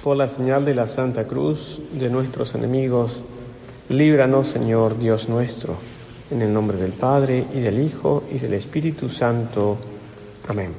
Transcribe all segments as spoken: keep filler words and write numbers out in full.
Por la señal de la Santa Cruz de nuestros enemigos, líbranos, Señor Dios nuestro, en el nombre del Padre, y del Hijo, y del Espíritu Santo. Amén.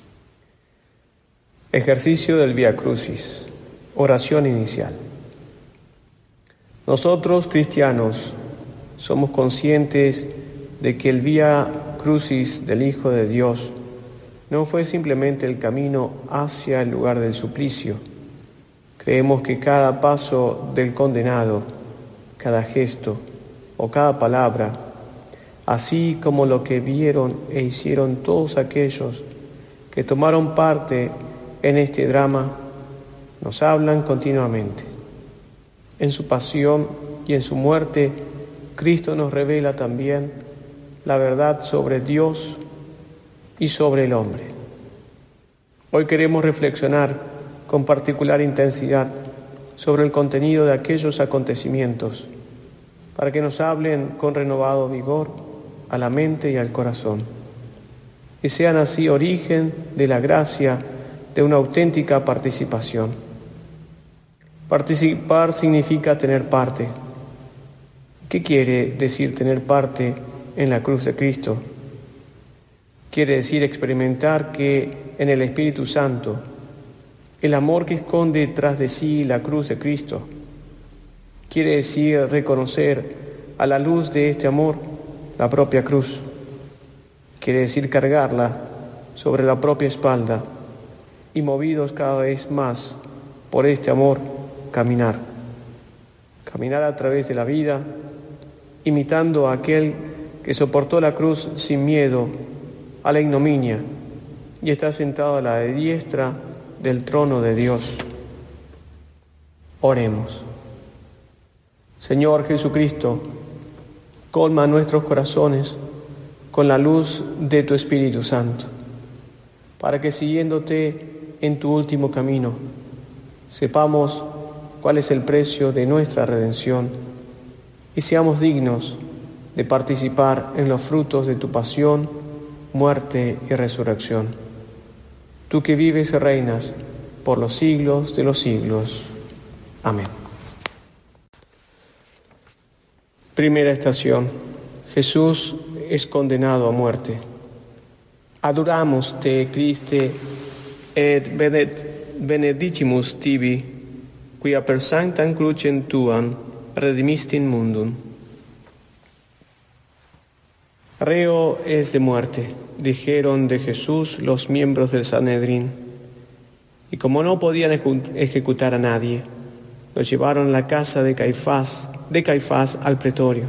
Ejercicio del Vía Crucis. Oración inicial. Nosotros, cristianos, somos conscientes de que el Vía Crucis del Hijo de Dios no fue simplemente el camino hacia el lugar del suplicio. Creemos que cada paso del condenado, cada gesto o cada palabra, así como lo que vieron e hicieron todos aquellos que tomaron parte en este drama, nos hablan continuamente. En su pasión y en su muerte, Cristo nos revela también la verdad sobre Dios y sobre el hombre. Hoy queremos reflexionar con particular intensidad sobre el contenido de aquellos acontecimientos, para que nos hablen con renovado vigor a la mente y al corazón, y sean así origen de la gracia de una auténtica participación. Participar significa tener parte. ¿Qué quiere decir tener parte en la cruz de Cristo? Quiere decir experimentar que en el Espíritu Santo, el amor que esconde tras de sí la cruz de Cristo, quiere decir reconocer a la luz de este amor la propia cruz. Quiere decir cargarla sobre la propia espalda y, movidos cada vez más por este amor, caminar. Caminar a través de la vida, imitando a aquel que soportó la cruz sin miedo a la ignominia y está sentado a la diestra del trono de Dios. Oremos. Señor Jesucristo, colma nuestros corazones con la luz de tu Espíritu Santo, para que siguiéndote en tu último camino, sepamos cuál es el precio de nuestra redención y seamos dignos de participar en los frutos de tu pasión, muerte y resurrección. Tú que vives y reinas por los siglos de los siglos. Amén. Primera estación. Jesús es condenado a muerte. Adoramos te, Christe, et benedicimus tibi, quia per sanctam crucem tuam redimisti mundum. Reo es de muerte, dijeron de Jesús los miembros del Sanedrín. Y como no podían ejecutar a nadie, lo llevaron a la casa de Caifás, de Caifás al pretorio.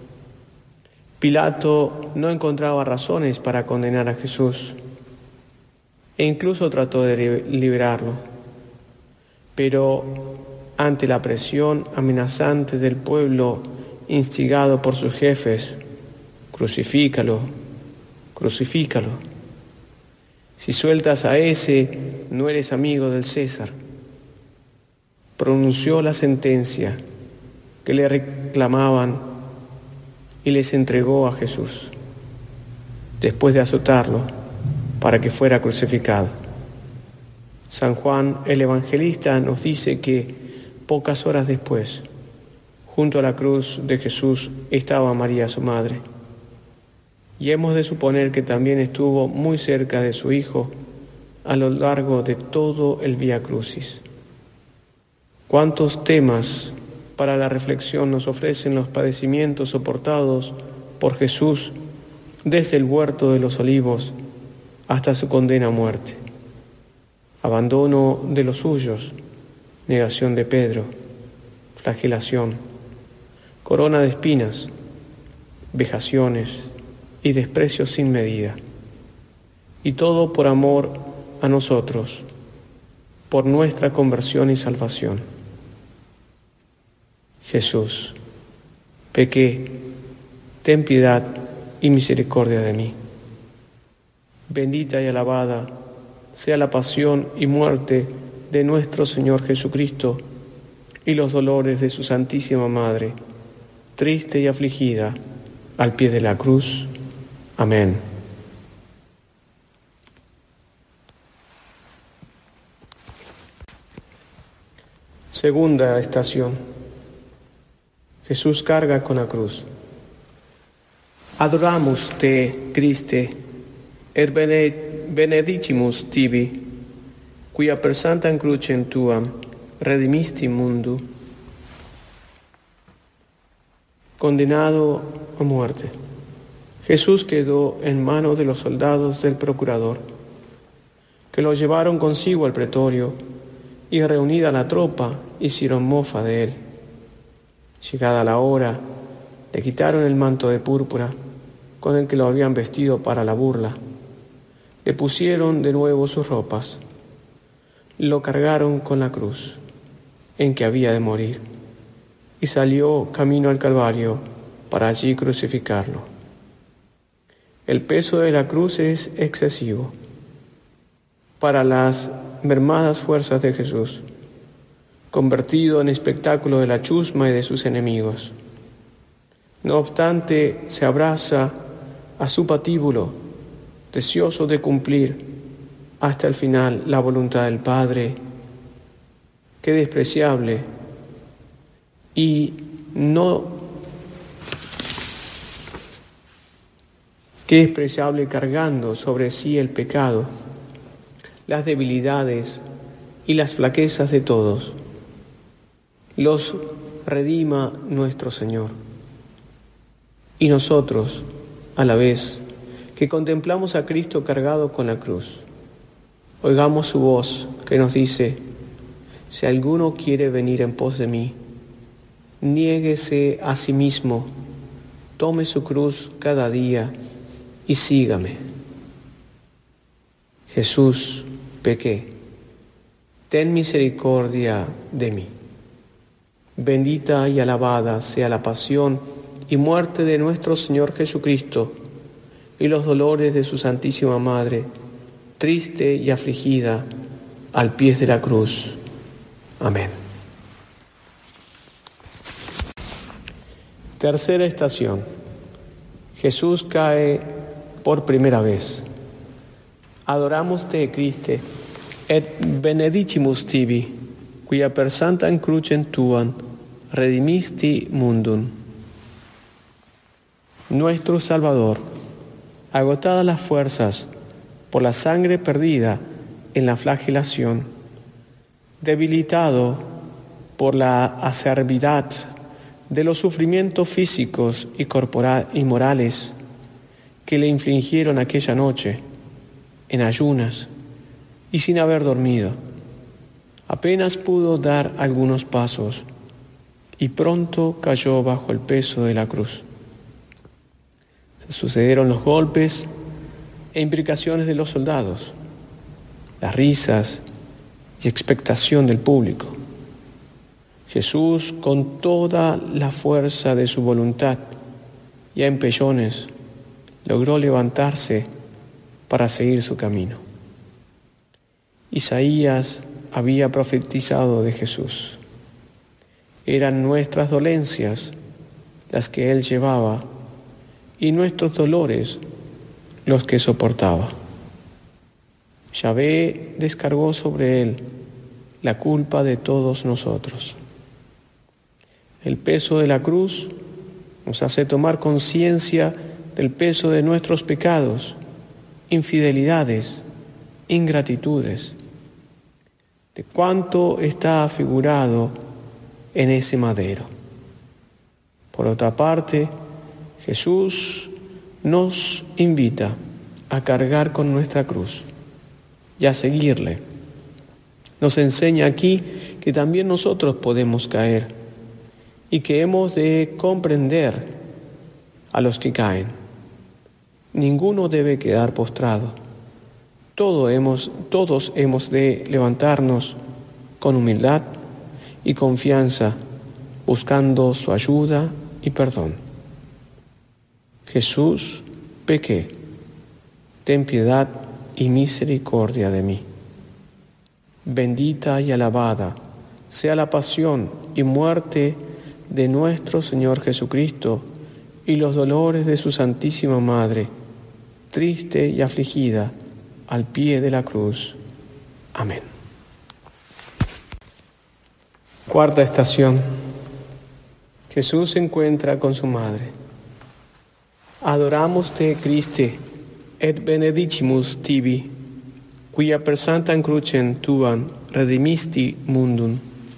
Pilato no encontraba razones para condenar a Jesús e incluso trató de liberarlo. Pero ante la presión amenazante del pueblo instigado por sus jefes, crucifícalo, crucifícalo. Si sueltas a ese, no eres amigo del César. Pronunció la sentencia que le reclamaban y les entregó a Jesús, después de azotarlo para que fuera crucificado. San Juan el Evangelista nos dice que pocas horas después, junto a la cruz de Jesús, estaba María su madre. Y hemos de suponer que también estuvo muy cerca de su Hijo a lo largo de todo el Vía Crucis. ¿Cuántos temas para la reflexión nos ofrecen los padecimientos soportados por Jesús desde el huerto de los olivos hasta su condena a muerte? Abandono de los suyos, negación de Pedro, flagelación, corona de espinas, vejaciones y desprecio sin medida. Y todo por amor a nosotros, por nuestra conversión y salvación. Jesús, pequé, ten piedad y misericordia de mí. Bendita y alabada sea la pasión y muerte de nuestro Señor Jesucristo y los dolores de su Santísima Madre, triste y afligida, al pie de la cruz. Amén. Segunda estación. Jesús carga con la cruz. Adoramos te, Christe, et benedicimus tibi, quia per sanctam crucem tuam redimisti mundo. Condenado a muerte, Jesús quedó en manos de los soldados del procurador, que lo llevaron consigo al pretorio, y reunida la tropa, hicieron mofa de él. Llegada la hora, le quitaron el manto de púrpura con el que lo habían vestido para la burla. Le pusieron de nuevo sus ropas. Lo cargaron con la cruz en que había de morir y salió camino al Calvario para allí crucificarlo. El peso de la cruz es excesivo para las mermadas fuerzas de Jesús, convertido en espectáculo de la chusma y de sus enemigos. No obstante, se abraza a su patíbulo, deseoso de cumplir hasta el final la voluntad del Padre. Qué despreciable y no qué despreciable cargando sobre sí el pecado, las debilidades y las flaquezas de todos. Los redima nuestro Señor. Y nosotros, a la vez que contemplamos a Cristo cargado con la cruz, oigamos su voz que nos dice: si alguno quiere venir en pos de mí, niéguese a sí mismo, tome su cruz cada día y sígame. Jesús, pequé, ten misericordia de mí. Bendita y alabada sea la pasión y muerte de nuestro Señor Jesucristo y los dolores de su Santísima Madre, triste y afligida al pie de la cruz. Amén. Tercera estación. Jesús cae por primera vez. Adoramos te, Christe, et benedicimus tibi, quia per sanctam crucem tuam redimisti mundum. Nuestro Salvador, agotadas las fuerzas por la sangre perdida en la flagelación, debilitado por la acerbidad de los sufrimientos físicos y corporales y morales que le infligieron aquella noche, en ayunas y sin haber dormido, apenas pudo dar algunos pasos y pronto cayó bajo el peso de la cruz. Se sucedieron los golpes e imprecaciones de los soldados, las risas y expectación del público. Jesús, con toda la fuerza de su voluntad y a empellones, logró levantarse para seguir su camino. Isaías había profetizado de Jesús. Eran nuestras dolencias las que él llevaba y nuestros dolores los que soportaba. Yahvé descargó sobre él la culpa de todos nosotros. El peso de la cruz nos hace tomar conciencia del peso de nuestros pecados, infidelidades, ingratitudes, de cuánto está figurado en ese madero. Por otra parte, Jesús nos invita a cargar con nuestra cruz y a seguirle. Nos enseña aquí que también nosotros podemos caer y que hemos de comprender a los que caen. Ninguno debe quedar postrado. Todos hemos, todos hemos de levantarnos con humildad y confianza, buscando su ayuda y perdón. Jesús, pequé, ten piedad y misericordia de mí. Bendita y alabada sea la pasión y muerte de nuestro Señor Jesucristo y los dolores de su Santísima Madre, triste y afligida al pie de la cruz. Amén. Cuarta estación. Jesús se encuentra con su madre. Adoramos te, Christe, et benedicimus tibi, quia per sanctam crucem tuam redimisti mundum.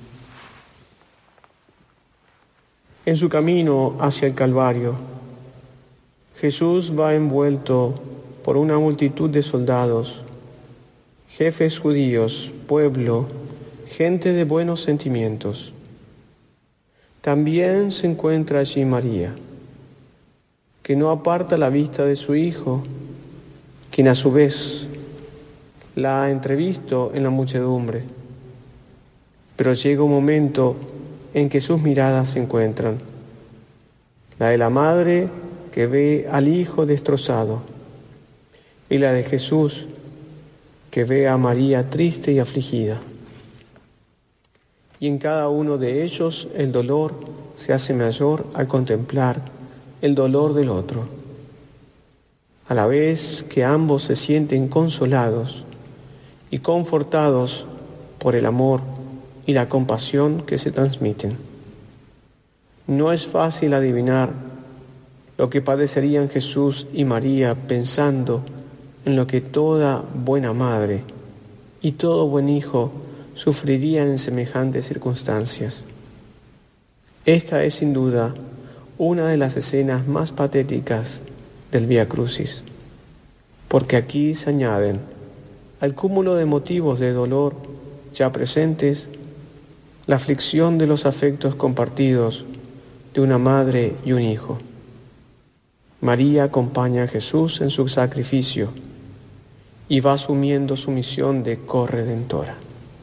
En su camino hacia el Calvario, Jesús va envuelto por una multitud de soldados, jefes judíos, pueblo, gente de buenos sentimientos. También se encuentra allí María, que no aparta la vista de su hijo, quien a su vez la ha entrevisto en la muchedumbre. Pero llega un momento en que sus miradas se encuentran, la de la madre que ve al hijo destrozado y la de Jesús que ve a María triste y afligida. Y en cada uno de ellos el dolor se hace mayor al contemplar el dolor del otro, a la vez que ambos se sienten consolados y confortados por el amor y la compasión que se transmiten. No es fácil adivinar lo que padecerían Jesús y María pensando en lo que toda buena madre y todo buen hijo sufrirían en semejantes circunstancias. Esta es sin duda una de las escenas más patéticas del Vía Crucis, porque aquí se añaden al cúmulo de motivos de dolor ya presentes la aflicción de los afectos compartidos de una madre y un hijo. María acompaña a Jesús en su sacrificio y va asumiendo su misión de corredentora.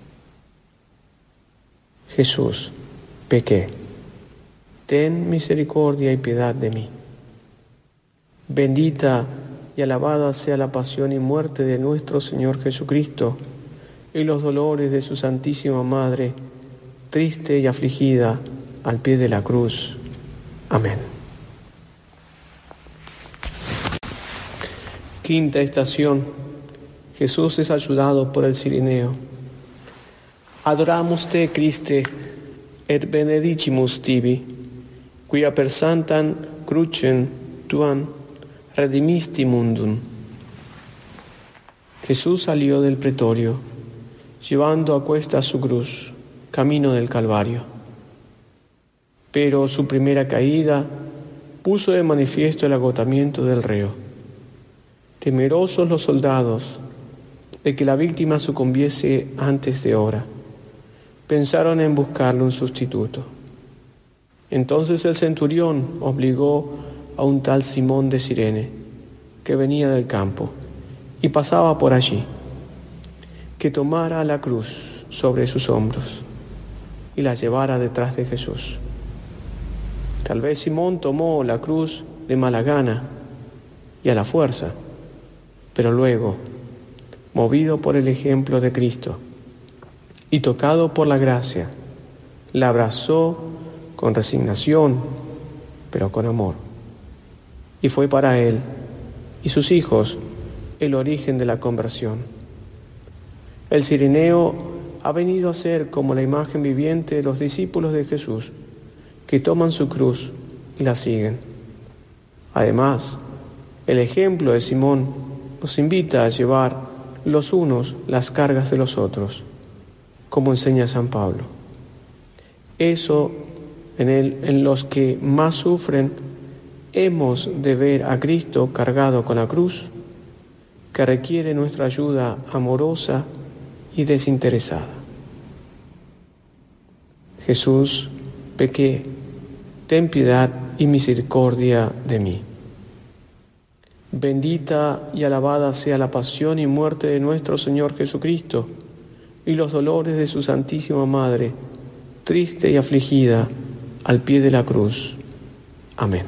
Jesús, pequé, ten misericordia y piedad de mí. Bendita y alabada sea la pasión y muerte de nuestro Señor Jesucristo y los dolores de su Santísima Madre, triste y afligida al pie de la cruz. Amén. Quinta estación. Jesús es ayudado por el Cirineo. Adoramos te, Christe, et benedicimus tibi, quia per sanctam crucem tuam redimisti mundum. Jesús salió del pretorio, llevando a cuestas su cruz, camino del Calvario. Pero su primera caída puso de manifiesto el agotamiento del reo. Temerosos los soldados de que la víctima sucumbiese antes de hora, pensaron en buscarle un sustituto. Entonces el centurión obligó a un tal Simón de Cirene, que venía del campo y pasaba por allí, que tomara la cruz sobre sus hombros y la llevara detrás de Jesús. Tal vez Simón tomó la cruz de mala gana y a la fuerza, pero luego, movido por el ejemplo de Cristo y tocado por la gracia, la abrazó con resignación, pero con amor. Y fue para él y sus hijos el origen de la conversión. El Cirineo ha venido a ser como la imagen viviente de los discípulos de Jesús, que toman su cruz y la siguen. Además, el ejemplo de Simón nos invita a llevar los unos las cargas de los otros, como enseña San Pablo. Eso en, el, en los que más sufren hemos de ver a Cristo cargado con la cruz, que requiere nuestra ayuda amorosa y desinteresada. Jesús, pequé, ten piedad y misericordia de mí. Bendita y alabada sea la pasión y muerte de nuestro Señor Jesucristo y los dolores de su Santísima Madre, triste y afligida al pie de la cruz. Amén.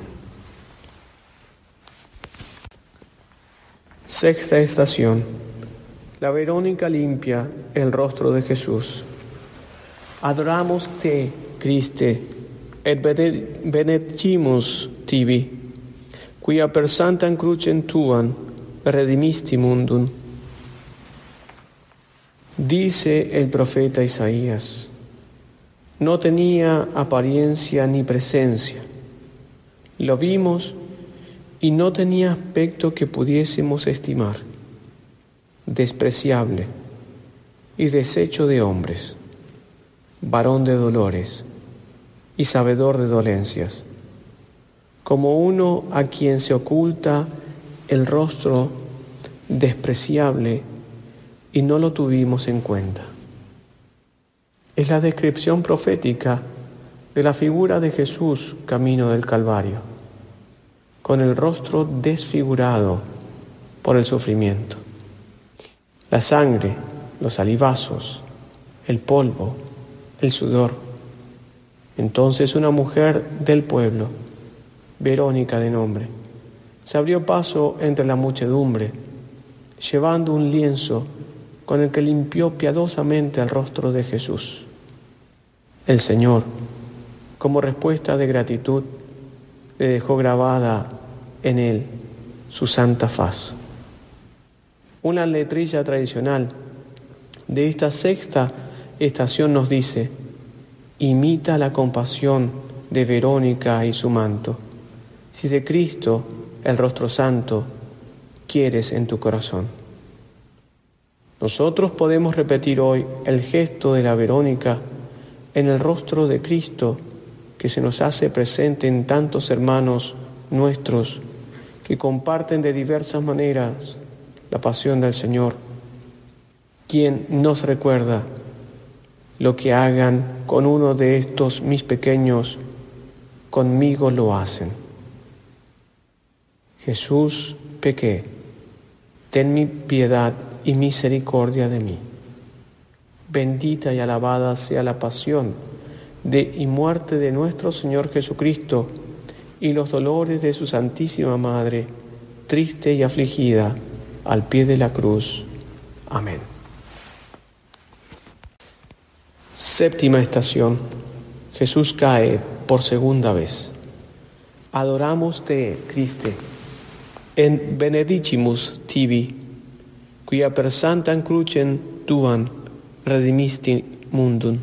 Sexta estación. La Verónica limpia el rostro de Jesús. Adoramos te, Christe, et benedicimus tibi, quia per sanctam crucem tuam redimisti mundum. Dice el profeta Isaías: No tenía apariencia ni presencia. Lo vimos y no tenía aspecto que pudiésemos estimar. Despreciable y deshecho de hombres, varón de dolores y sabedor de dolencias, como uno a quien se oculta el rostro, despreciable, y no lo tuvimos en cuenta. Es la descripción profética de la figura de Jesús camino del Calvario, con el rostro desfigurado por el sufrimiento. La sangre, los salivazos, el polvo, el sudor. Entonces una mujer del pueblo, Verónica de nombre, se abrió paso entre la muchedumbre, llevando un lienzo con el que limpió piadosamente el rostro de Jesús. El Señor, como respuesta de gratitud, le dejó grabada en él su santa faz. Una letrilla tradicional de esta sexta estación nos dice: imita la compasión de Verónica y su manto, si de Cristo, el rostro santo, quieres en tu corazón. Nosotros podemos repetir hoy el gesto de la Verónica en el rostro de Cristo, que se nos hace presente en tantos hermanos nuestros que comparten de diversas maneras la pasión del Señor, quien nos recuerda: lo que hagan con uno de estos mis pequeños, conmigo lo hacen. Jesús, pequé, ten mi piedad y misericordia de mí. Bendita y alabada sea la pasión de y muerte de nuestro Señor Jesucristo y los dolores de su Santísima Madre, triste y afligida, al pie de la cruz. Amén. Séptima estación. Jesús cae por segunda vez. Adoramos te, Christe, en benedicimus tibi, quia per santam crucem tuam redimisti mundum.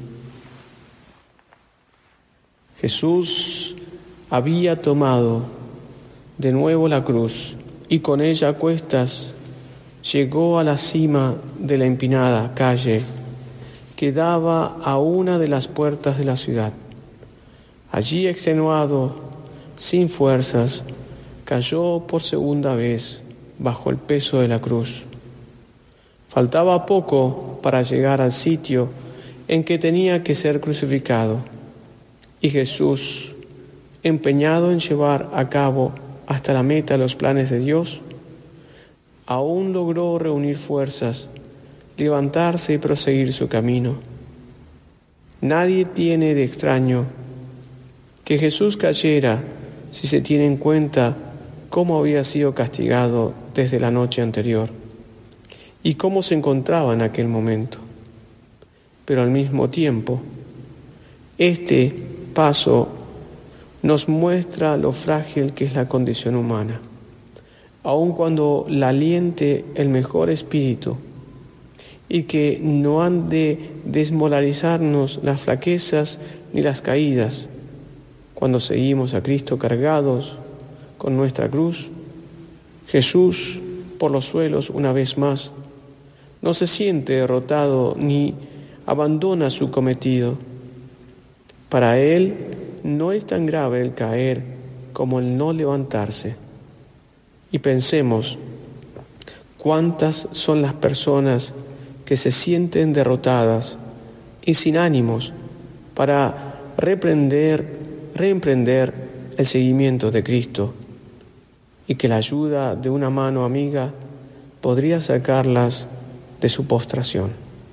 Jesús había tomado de nuevo la cruz y con ella a cuestas llegó a la cima de la empinada calle que daba a una de las puertas de la ciudad. Allí, extenuado, sin fuerzas, cayó por segunda vez bajo el peso de la cruz. Faltaba poco para llegar al sitio en que tenía que ser crucificado, y Jesús, empeñado en llevar a cabo hasta la meta los planes de Dios, aún logró reunir fuerzas, levantarse y proseguir su camino. Nadie tiene de extraño que Jesús cayera si se tiene en cuenta cómo había sido castigado desde la noche anterior y cómo se encontraba en aquel momento. Pero al mismo tiempo, este paso nos muestra lo frágil que es la condición humana, aun cuando la aliente el mejor espíritu, y que no han de desmoralizarnos las flaquezas ni las caídas cuando seguimos a Cristo cargados con nuestra cruz. Jesús, por los suelos una vez más, no se siente derrotado ni abandona su cometido. Para Él no es tan grave el caer como el no levantarse. Y pensemos, ¿cuántas son las personas que se sienten derrotadas y sin ánimos para reprender, reemprender el seguimiento de Cristo, y que la ayuda de una mano amiga podría sacarlas de su postración?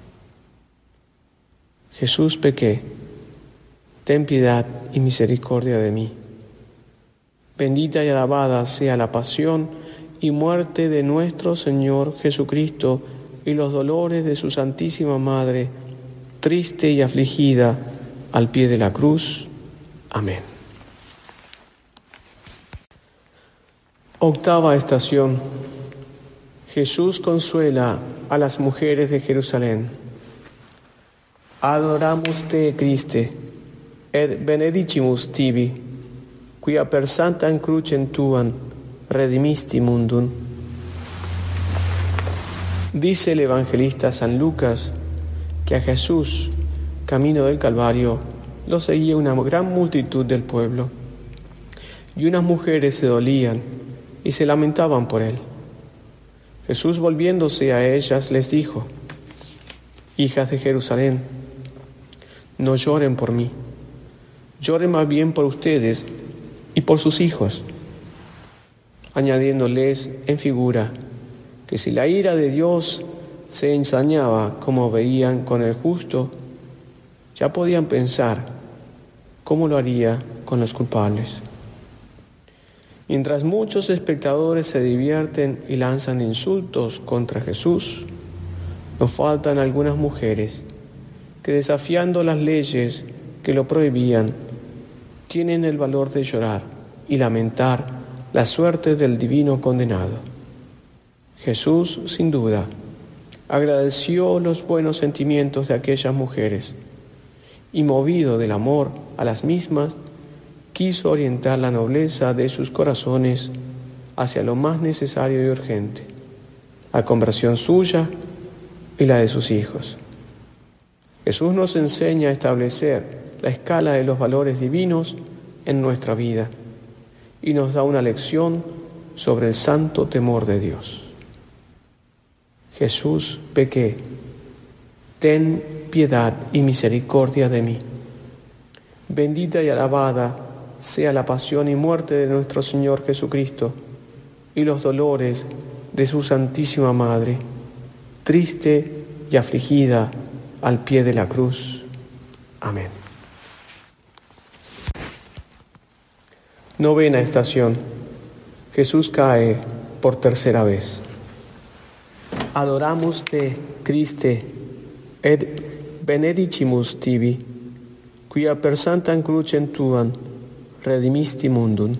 Jesús, pequé, ten piedad y misericordia de mí. Bendita y alabada sea la pasión y muerte de nuestro Señor Jesucristo y los dolores de su Santísima Madre, triste y afligida, al pie de la cruz. Amén. Octava estación. Jesús consuela a las mujeres de Jerusalén. Adoramos te, Cristo, et benedicimus tibi, quia per sanctam crucem tuam redimisti mundum. Dice el evangelista San Lucas que a Jesús, camino del Calvario, lo seguía una gran multitud del pueblo, y unas mujeres se dolían y se lamentaban por él. Jesús, volviéndose a ellas, les dijo: Hijas de Jerusalén, no lloren por mí, lloren más bien por ustedes y por sus hijos, añadiéndoles en figura que si la ira de Dios se ensañaba como veían con el justo, ya podían pensar cómo lo haría con los culpables. Mientras muchos espectadores se divierten y lanzan insultos contra Jesús, nos faltan algunas mujeres que, desafiando las leyes que lo prohibían, tienen el valor de llorar y lamentar la suerte del divino condenado. Jesús, sin duda, agradeció los buenos sentimientos de aquellas mujeres y, movido del amor a las mismas, quiso orientar la nobleza de sus corazones hacia lo más necesario y urgente, la conversión suya y la de sus hijos. Jesús nos enseña a establecer la escala de los valores divinos en nuestra vida y nos da una lección sobre el santo temor de Dios. Jesús, pequé, ten piedad y misericordia de mí. Bendita y alabada sea la pasión y muerte de nuestro Señor Jesucristo y los dolores de su Santísima Madre, triste y afligida al pie de la cruz. Amén. Novena estación. Jesús cae por tercera vez. Adoramos te, Christe, et benedicimus tibi, quia per sanctam crucem tuam redimisti mundum.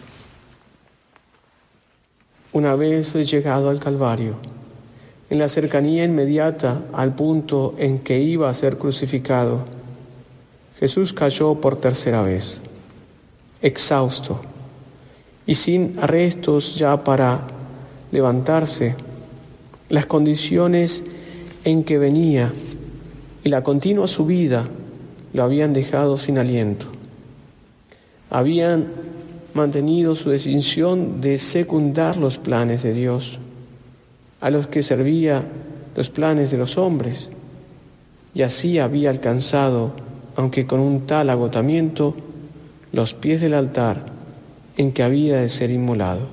Una vez llegado al Calvario, en la cercanía inmediata al punto en que iba a ser crucificado, Jesús cayó por tercera vez, exhausto y sin arrestos ya para levantarse. Las condiciones en que venía y la continua subida lo habían dejado sin aliento. Habían mantenido su decisión de secundar los planes de Dios, a los que servía los planes de los hombres, y así había alcanzado, aunque con un tal agotamiento, los pies del altar en que había de ser inmolado.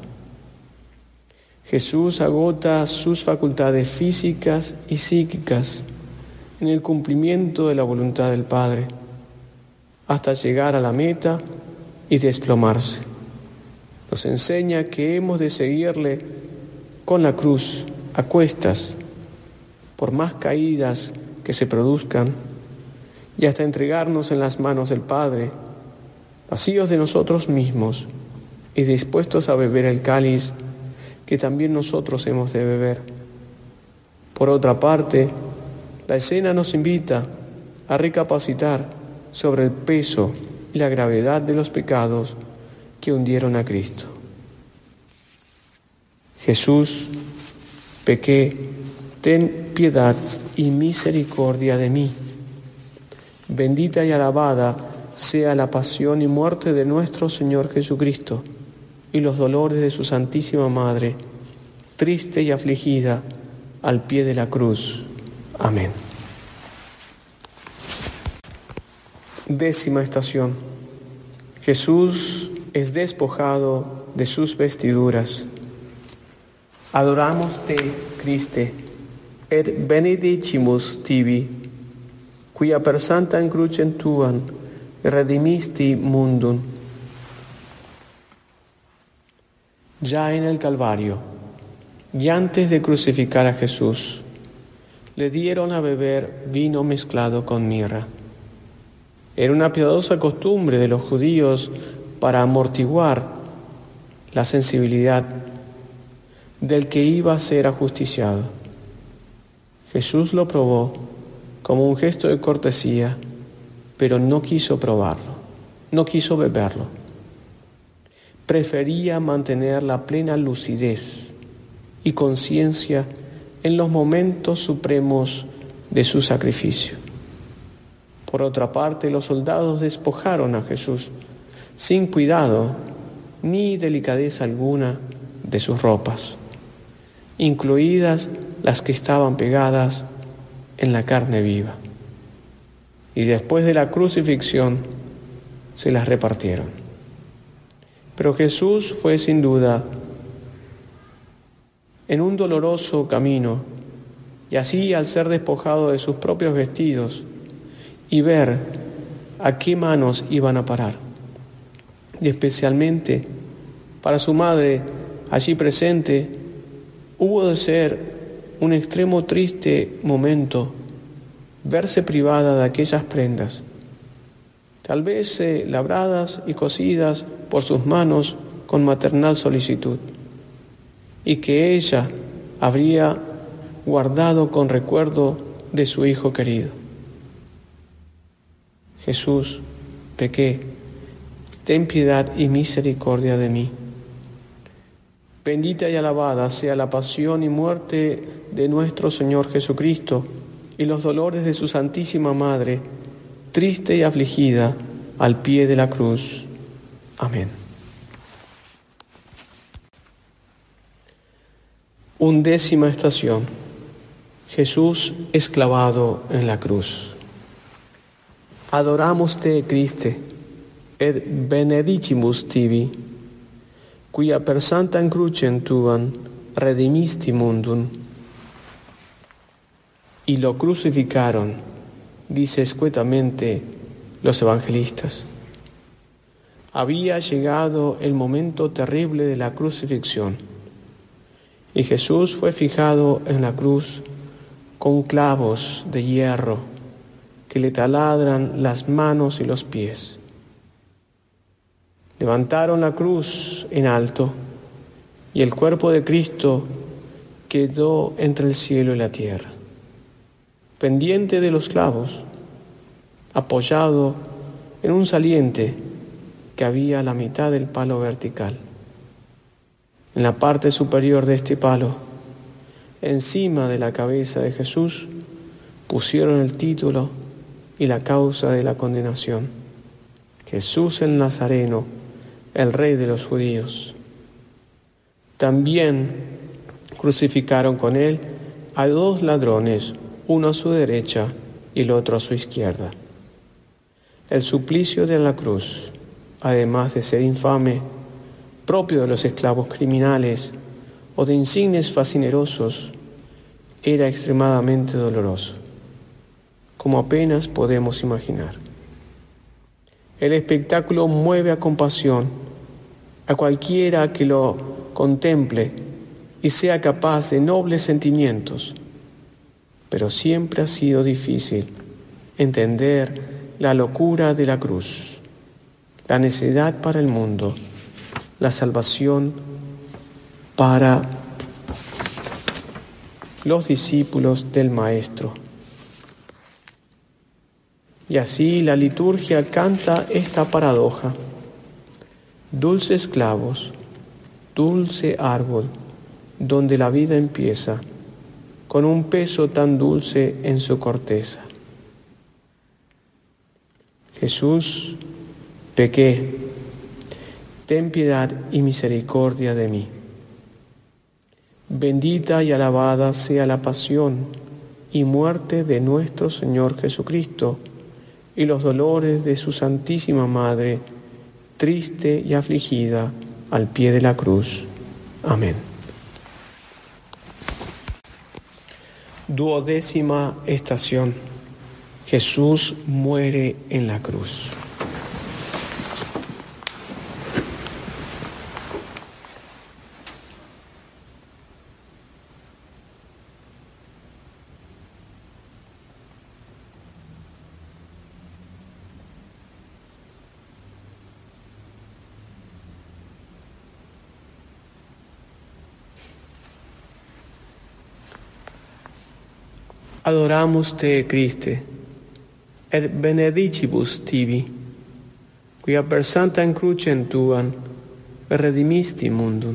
Jesús agota sus facultades físicas y psíquicas en el cumplimiento de la voluntad del Padre, hasta llegar a la meta y desplomarse. Nos enseña que hemos de seguirle con la cruz a cuestas, por más caídas que se produzcan, y hasta entregarnos en las manos del Padre, vacíos de nosotros mismos y dispuestos a beber el cáliz que también nosotros hemos de beber. Por otra parte, la escena nos invita a recapacitar sobre el peso y la gravedad de los pecados que hundieron a Cristo. Jesús, pequé, ten piedad y misericordia de mí. Bendita y alabada sea la pasión y muerte de nuestro Señor Jesucristo y los dolores de su Santísima Madre, triste y afligida al pie de la cruz. Amén. Décima estación. Jesús es despojado de sus vestiduras. Adoramos te, Christe, et benedicimus tibi, quia per sanctam crucem tuam redimisti mundum. Ya en el Calvario, y antes de crucificar a Jesús, le dieron a beber vino mezclado con mirra. Era una piadosa costumbre de los judíos para amortiguar la sensibilidad del que iba a ser ajusticiado. Jesús lo probó como un gesto de cortesía pero no quiso probarlo, no quiso beberlo. Prefería mantener la plena lucidez y conciencia en los momentos supremos de su sacrificio. Por otra parte, los soldados despojaron a Jesús sin cuidado ni delicadeza alguna de sus ropas, incluidas las que estaban pegadas en la carne viva. Y después de la crucifixión se las repartieron. Pero Jesús fue sin duda en un doloroso camino, y así al ser despojado de sus propios vestidos y ver a qué manos iban a parar, y especialmente para su madre allí presente, hubo de ser un extremo triste momento verse privada de aquellas prendas, tal vez eh, labradas y cosidas por sus manos con maternal solicitud, y que ella habría guardado con recuerdo de su hijo querido. Jesús, pequé, ten piedad y misericordia de mí. Bendita y alabada sea la pasión y muerte de nuestro Señor Jesucristo y los dolores de su Santísima Madre, triste y afligida al pie de la cruz. Amén. Undécima estación. Jesús es clavado en la cruz. Adoramos te, Christe, et benedicimus tibi, quia per sanctam crucem tuam redimisti mundum. Y lo crucificaron, dice escuetamente los evangelistas. Había llegado el momento terrible de la crucifixión, y Jesús fue fijado en la cruz con clavos de hierro que le taladran las manos y los pies. Levantaron la cruz en alto, y el cuerpo de Cristo quedó entre el cielo y la tierra, pendiente de los clavos, apoyado en un saliente que había a la mitad del palo vertical. En la parte superior de este palo, encima de la cabeza de Jesús, pusieron el título y la causa de la condenación: Jesús el Nazareno, el Rey de los judíos. También crucificaron con él a dos ladrones, uno a su derecha y el otro a su izquierda. El suplicio de la cruz, además de ser infame, propio de los esclavos criminales o de insignes fascinerosos, era extremadamente doloroso, como apenas podemos imaginar. El espectáculo mueve a compasión a cualquiera que lo contemple y sea capaz de nobles sentimientos, pero siempre ha sido difícil entender la locura de la cruz, la necedad para el mundo, la salvación para los discípulos del Maestro. Y así la liturgia canta esta paradoja: dulces clavos, dulce árbol, donde la vida empieza, con un peso tan dulce en su corteza. Jesús, pequé, ten piedad y misericordia de mí. Bendita y alabada sea la pasión y muerte de nuestro Señor Jesucristo y los dolores de su Santísima Madre, triste y afligida al pie de la cruz. Amén. Duodécima estación. Jesús muere en la cruz. Adoramos te, Cristo, et benedicibus tibi, quia per sanctam crucem tuam redimisti mundum.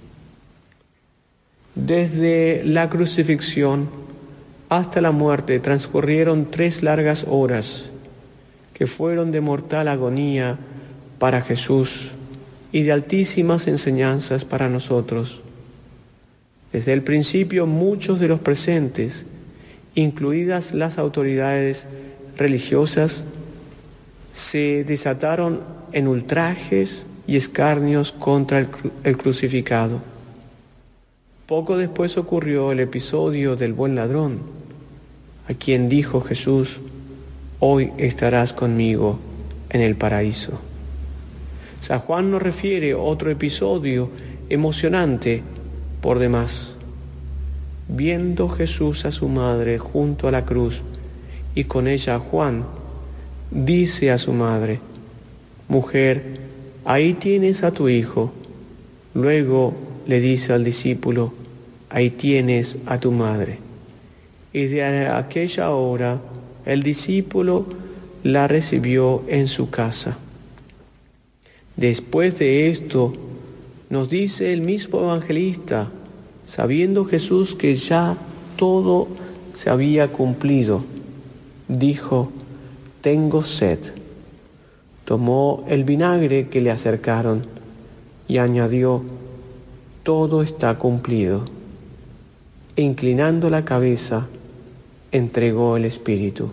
Desde la crucifixión hasta la muerte transcurrieron tres largas horas que fueron de mortal agonía para Jesús y de altísimas enseñanzas para nosotros. Desde el principio muchos de los presentes, incluidas las autoridades religiosas, se desataron en ultrajes y escarnios contra el, cru- el crucificado. Poco después ocurrió el episodio del buen ladrón, a quien dijo Jesús: hoy estarás conmigo en el paraíso. San Juan nos refiere otro episodio emocionante por demás. Viendo Jesús a su madre junto a la cruz y con ella a Juan, dice a su madre: mujer, ahí tienes a tu hijo. Luego le dice al discípulo: ahí tienes a tu madre. Y de aquella hora el discípulo la recibió en su casa. Después de esto, nos dice el mismo evangelista, sabiendo Jesús que ya todo se había cumplido, dijo: tengo sed. Tomó el vinagre que le acercaron y añadió: todo está cumplido. E inclinando la cabeza, entregó el espíritu.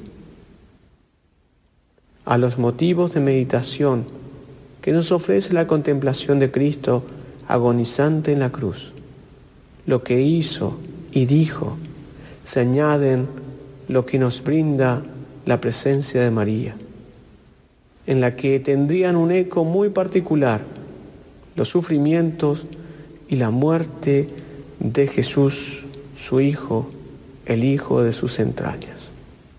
A los motivos de meditación que nos ofrece la contemplación de Cristo agonizante en la cruz, lo que hizo y dijo, se añaden lo que nos brinda la presencia de María, en la que tendrían un eco muy particular los sufrimientos y la muerte de Jesús, su Hijo, el Hijo de sus entrañas.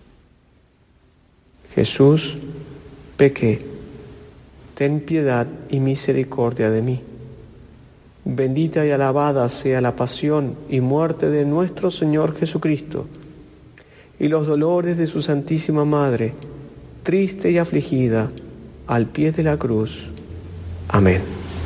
Jesús, pequé, ten piedad y misericordia de mí. Bendita y alabada sea la pasión y muerte de nuestro Señor Jesucristo, y los dolores de su Santísima Madre, triste y afligida, al pie de la cruz. Amén.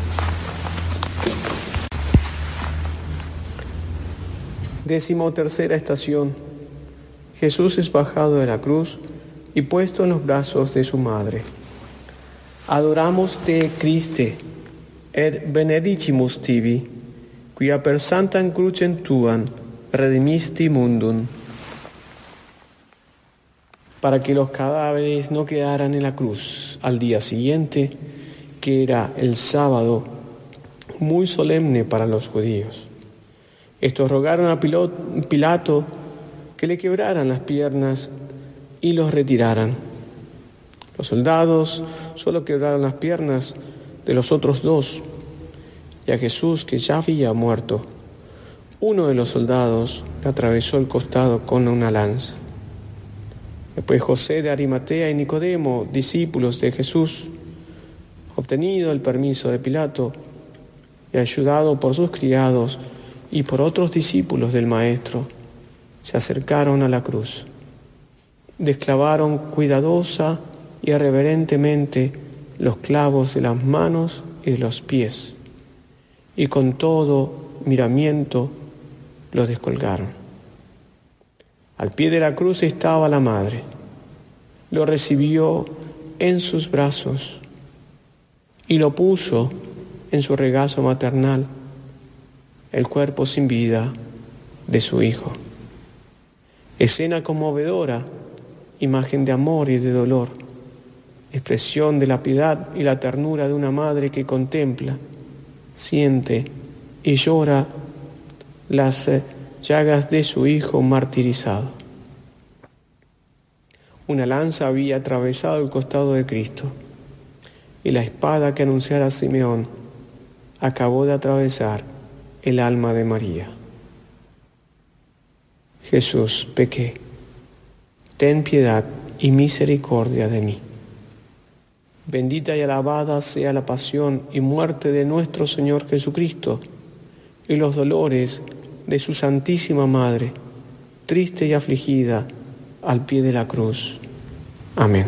Décimo tercera estación. Jesús es bajado de la cruz y puesto en los brazos de su madre. Adoramos te, Christe, et benedicimus tibi, quia per sanctam crucem tuam redimisti mundum. Para que los cadáveres no quedaran en la cruz al día siguiente, que era el sábado, muy solemne para los judíos. Estos rogaron a Pilato que le quebraran las piernas y los retiraran. Los soldados solo quebraron las piernas de los otros dos, y a Jesús, que ya había muerto, uno de los soldados le atravesó el costado con una lanza. Después José de Arimatea y Nicodemo, discípulos de Jesús, obtenido el permiso de Pilato y ayudado por sus criados y por otros discípulos del Maestro, se acercaron a la cruz. Desclavaron cuidadosa y reverentemente los clavos de las manos y de los pies, y con todo miramiento los descolgaron. Al pie de la cruz estaba la madre. Lo recibió en sus brazos y lo puso en su regazo maternal, el cuerpo sin vida de su hijo. Escena conmovedora, imagen de amor y de dolor, expresión de la piedad y la ternura de una madre que contempla, siente y llora las llagas de su hijo martirizado. Una lanza había atravesado el costado de Cristo, y la espada que anunciara Simeón acabó de atravesar el alma de María. Jesús, pequé, ten piedad y misericordia de mí. Bendita y alabada sea la pasión y muerte de nuestro Señor Jesucristo, y los dolores de su Santísima Madre, triste y afligida, al pie de la cruz. Amén.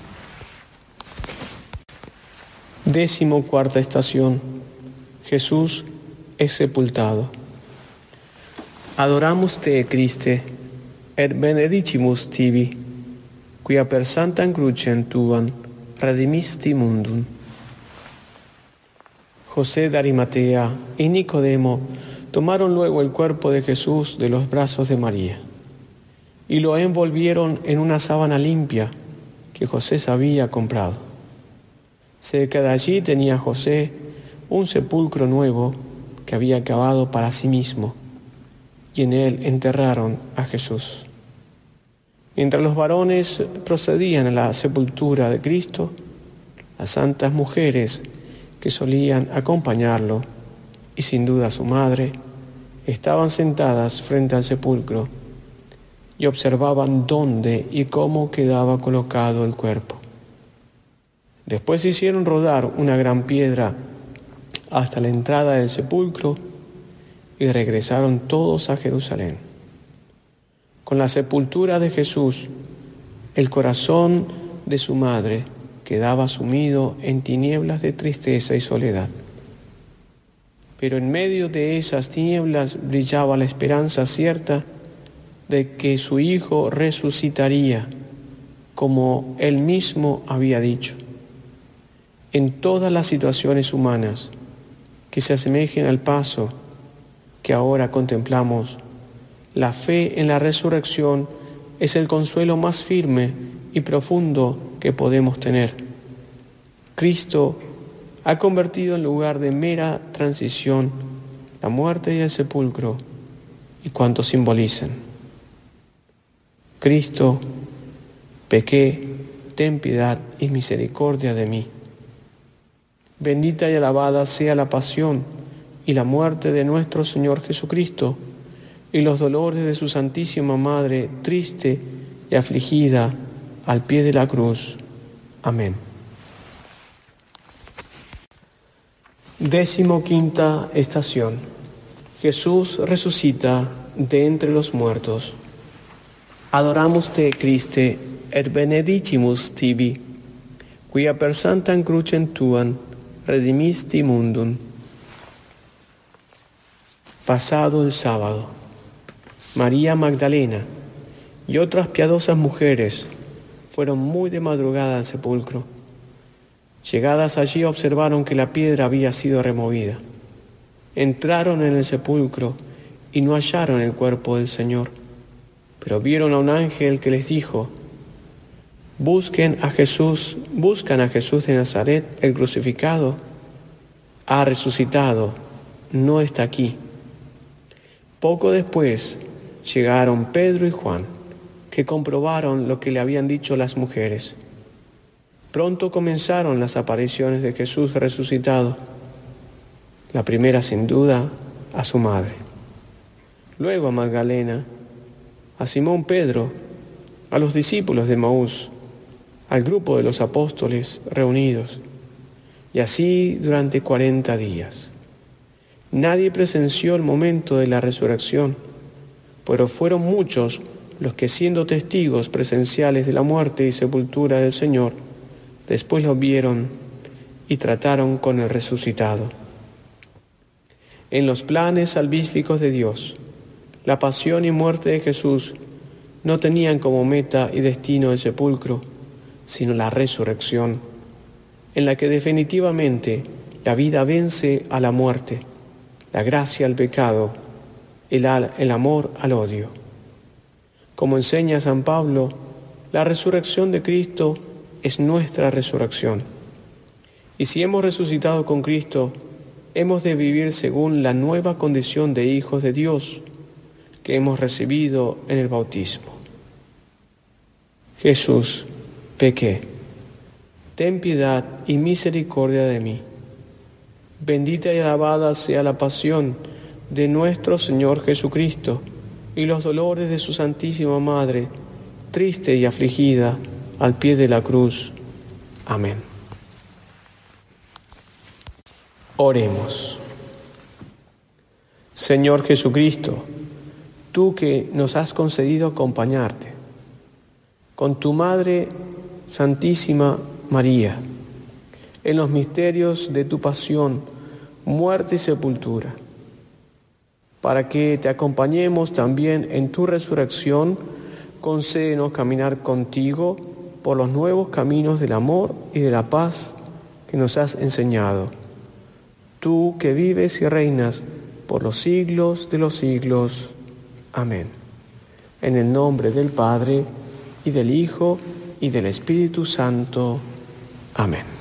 Décimo cuarta estación. Jesús es sepultado. Adoramus te, Christe, et benedicimus tibi, quia per sanctam crucem tuam redimisti mundum. José de Arimatea y Nicodemo tomaron luego el cuerpo de Jesús de los brazos de María y lo envolvieron en una sábana limpia que José se había comprado. Cerca de allí tenía José un sepulcro nuevo que había cavado para sí mismo, y en él enterraron a Jesús. Mientras los varones procedían a la sepultura de Cristo, las santas mujeres que solían acompañarlo, y sin duda su madre, estaban sentadas frente al sepulcro y observaban dónde y cómo quedaba colocado el cuerpo. Después hicieron rodar una gran piedra hasta la entrada del sepulcro y regresaron todos a Jerusalén. Con la sepultura de Jesús, el corazón de su madre quedaba sumido en tinieblas de tristeza y soledad. Pero en medio de esas tinieblas brillaba la esperanza cierta de que su hijo resucitaría, como él mismo había dicho. En todas las situaciones humanas que se asemejen al paso que ahora contemplamos, la fe en la resurrección es el consuelo más firme y profundo que podemos tener. Cristo ha convertido en lugar de mera transición la muerte y el sepulcro y cuanto simbolizan. Cristo, pequé, ten piedad y misericordia de mí. Bendita y alabada sea la pasión y la muerte de nuestro Señor Jesucristo y los dolores de su Santísima Madre, triste y afligida al pie de la cruz. Amén. Décimo quinta estación. Jesús resucita de entre los muertos. Adoramus te, Christe, et benedicimus tibi, quia per sanctam crucem tuam redimisti mundum. Pasado el sábado, María Magdalena y otras piadosas mujeres fueron muy de madrugada al sepulcro. Llegadas allí observaron que la piedra había sido removida. Entraron en el sepulcro y no hallaron el cuerpo del Señor, pero vieron a un ángel que les dijo: Busquen a Jesús, buscan a Jesús de Nazaret, el crucificado. Ha resucitado, no está aquí. Poco después llegaron Pedro y Juan, que comprobaron lo que le habían dicho las mujeres. Pronto comenzaron las apariciones de Jesús resucitado. La primera, sin duda, a su madre. Luego a Magdalena, a Simón Pedro, a los discípulos de Maús, al grupo de los apóstoles reunidos, y así durante cuarenta días. Nadie presenció el momento de la resurrección, pero fueron muchos los que, siendo testigos presenciales de la muerte y sepultura del Señor, después lo vieron y trataron con el resucitado. En los planes salvíficos de Dios, la pasión y muerte de Jesús no tenían como meta y destino el sepulcro, sino la resurrección, en la que definitivamente la vida vence a la muerte, la gracia al pecado, el, al, el amor al odio. Como enseña San Pablo, la resurrección de Cristo es nuestra resurrección. Y si hemos resucitado con Cristo, hemos de vivir según la nueva condición de hijos de Dios que hemos recibido en el bautismo. Jesús, pequé, ten piedad y misericordia de mí. Bendita y alabada sea la pasión de nuestro Señor Jesucristo y los dolores de su Santísima Madre, triste y afligida al pie de la cruz. Amén. Oremos. Señor Jesucristo, tú que nos has concedido acompañarte, con tu Madre Santísima María, en los misterios de tu pasión, muerte y sepultura, para que te acompañemos también en tu resurrección, concédenos caminar contigo por los nuevos caminos del amor y de la paz que nos has enseñado. Tú que vives y reinas por los siglos de los siglos. Amén. En el nombre del Padre, y del Hijo, y del Espíritu Santo. Amén.